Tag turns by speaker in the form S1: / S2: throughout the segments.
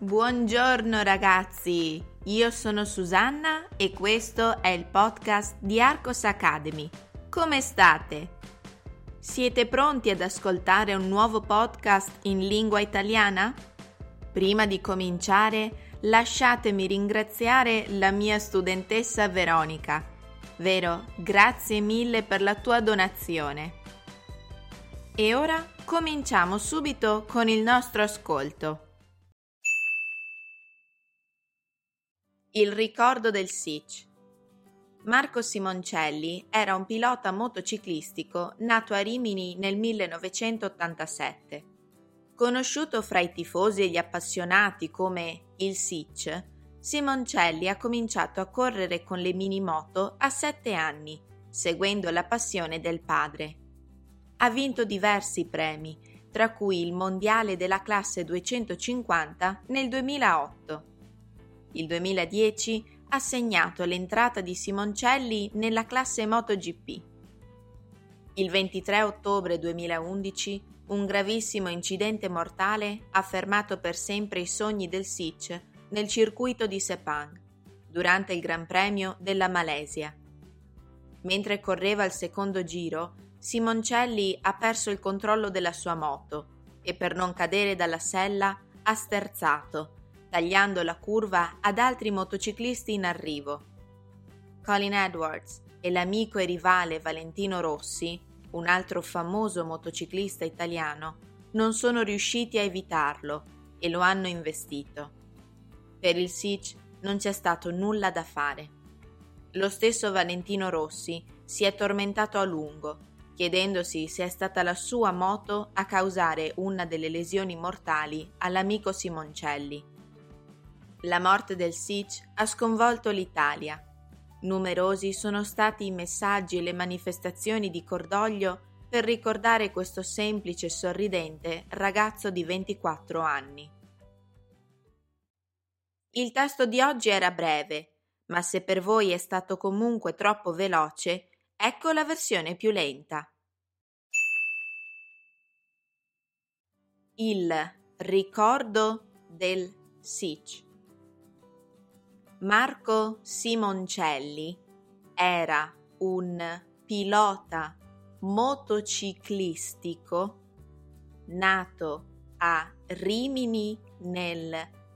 S1: Buongiorno ragazzi, io sono Susanna e questo è il podcast di Arcos Academy. Come state? Siete pronti ad ascoltare un nuovo podcast in lingua italiana? Prima di cominciare, lasciatemi ringraziare la mia studentessa Veronica. Vero, grazie mille per la tua donazione. E ora cominciamo subito con il nostro ascolto. Il ricordo del SIC. Marco Simoncelli era un pilota motociclistico nato a Rimini nel 1987. Conosciuto fra i tifosi e gli appassionati come il SIC, Simoncelli ha cominciato a correre con le minimoto a 7 anni, seguendo la passione del padre. Ha vinto diversi premi, tra cui il mondiale della classe 250 nel 2008. Il 2010 ha segnato l'entrata di Simoncelli nella classe MotoGP. Il 23 ottobre 2011 un gravissimo incidente mortale ha fermato per sempre i sogni del SIC nel circuito di Sepang, durante il Gran Premio della Malesia. Mentre correva il secondo giro, Simoncelli ha perso il controllo della sua moto e per non cadere dalla sella ha sterzato, tagliando la curva ad altri motociclisti in arrivo. Colin Edwards e l'amico e rivale Valentino Rossi, un altro famoso motociclista italiano, non sono riusciti a evitarlo e lo hanno investito. Per il SIC non c'è stato nulla da fare. Lo stesso Valentino Rossi si è tormentato a lungo, chiedendosi se è stata la sua moto a causare una delle lesioni mortali all'amico Simoncelli. La morte del SIC ha sconvolto l'Italia. Numerosi sono stati i messaggi e le manifestazioni di cordoglio per ricordare questo semplice e sorridente ragazzo di 24 anni. Il testo di oggi era breve, ma se per voi è stato comunque troppo veloce, ecco la versione più lenta. Il ricordo del SIC. Marco Simoncelli era un pilota motociclistico nato a Rimini nel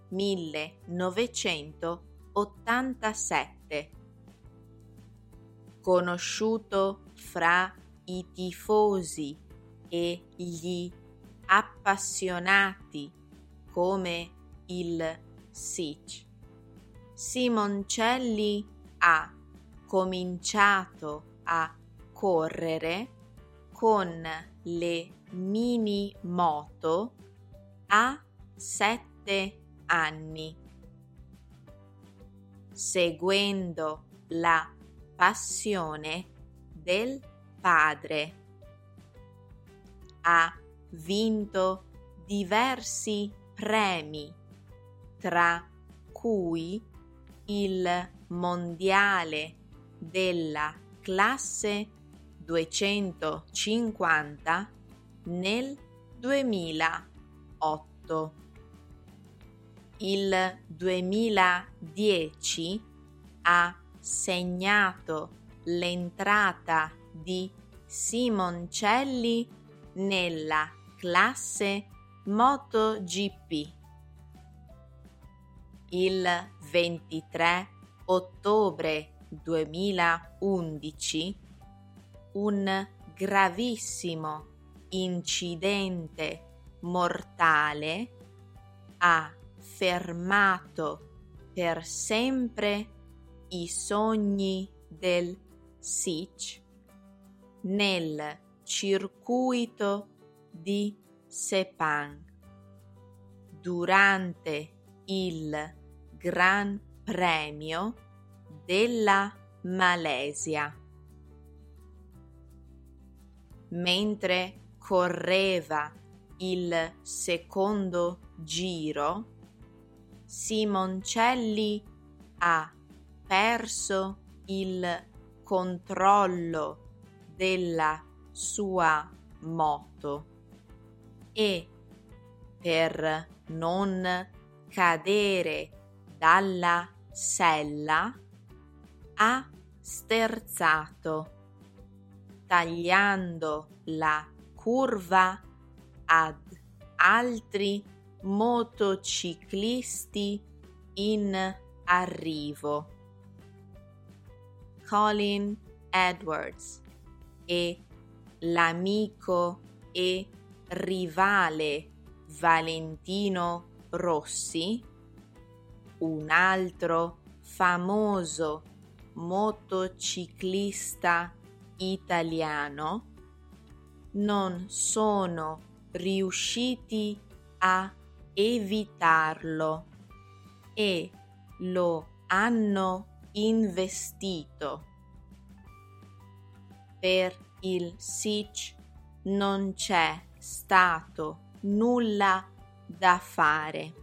S1: 1987, conosciuto fra i tifosi e gli appassionati come il SIC. Simoncelli ha cominciato a correre con le mini moto a 7 anni, seguendo la passione del padre. Ha vinto diversi premi, tra cui il mondiale della classe 250 nel 2008. Il 2010 ha segnato l'entrata di Simoncelli nella classe MotoGP. Il 23 ottobre 2011 un gravissimo incidente mortale ha fermato per sempre i sogni del SIC nel circuito di Sepang durante il Gran Premio della Malesia. Mentre correva il secondo giro, Simoncelli ha perso il controllo della sua moto e per non cadere dalla sella ha sterzato, tagliando la curva ad altri motociclisti in arrivo. Colin Edwards e l'amico e rivale Valentino Rossi, un altro famoso motociclista italiano, non sono riusciti a evitarlo e lo hanno investito. Per il SIC non c'è stato nulla da fare.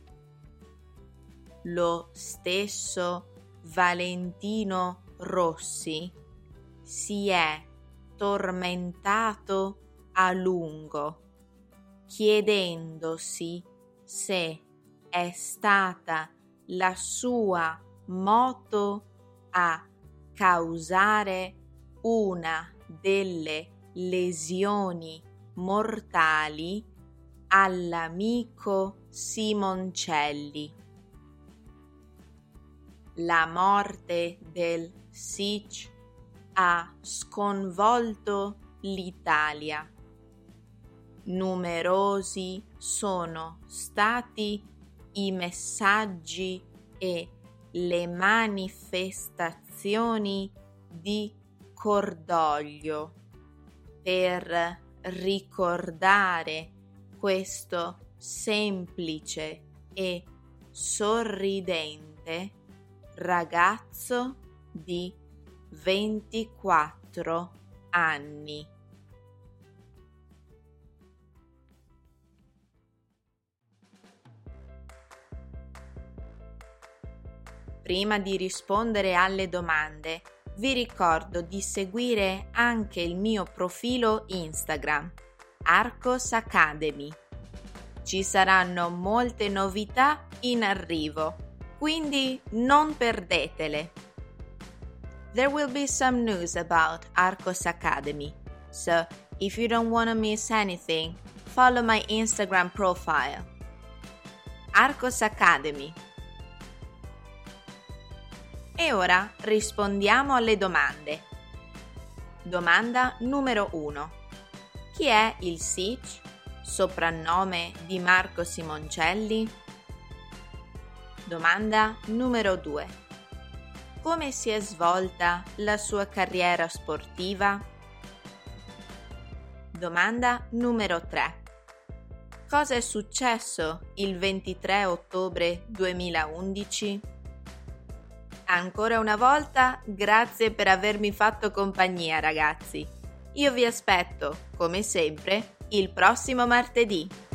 S1: Lo stesso Valentino Rossi si è tormentato a lungo, chiedendosi se è stata la sua moto a causare una delle lesioni mortali all'amico Simoncelli. La morte del SIC ha sconvolto l'Italia. Numerosi sono stati i messaggi e le manifestazioni di cordoglio per ricordare questo semplice e sorridente ragazzo di 24 anni. Prima di rispondere alle domande, vi ricordo di seguire anche il mio profilo Instagram, Arcos Academy. Ci saranno molte novità in arrivo, quindi non perdetele. There will be some news about Arcos Academy, so if you don't want to miss anything, follow my Instagram profile. Arcos Academy. E ora rispondiamo alle domande. Domanda numero 1. Chi è il SIC, soprannome di Marco Simoncelli? Domanda numero 2. Come si è svolta la sua carriera sportiva? Domanda numero 3. Cosa è successo il 23 ottobre 2011? Ancora una volta, grazie per avermi fatto compagnia, ragazzi. Io vi aspetto, come sempre, il prossimo martedì.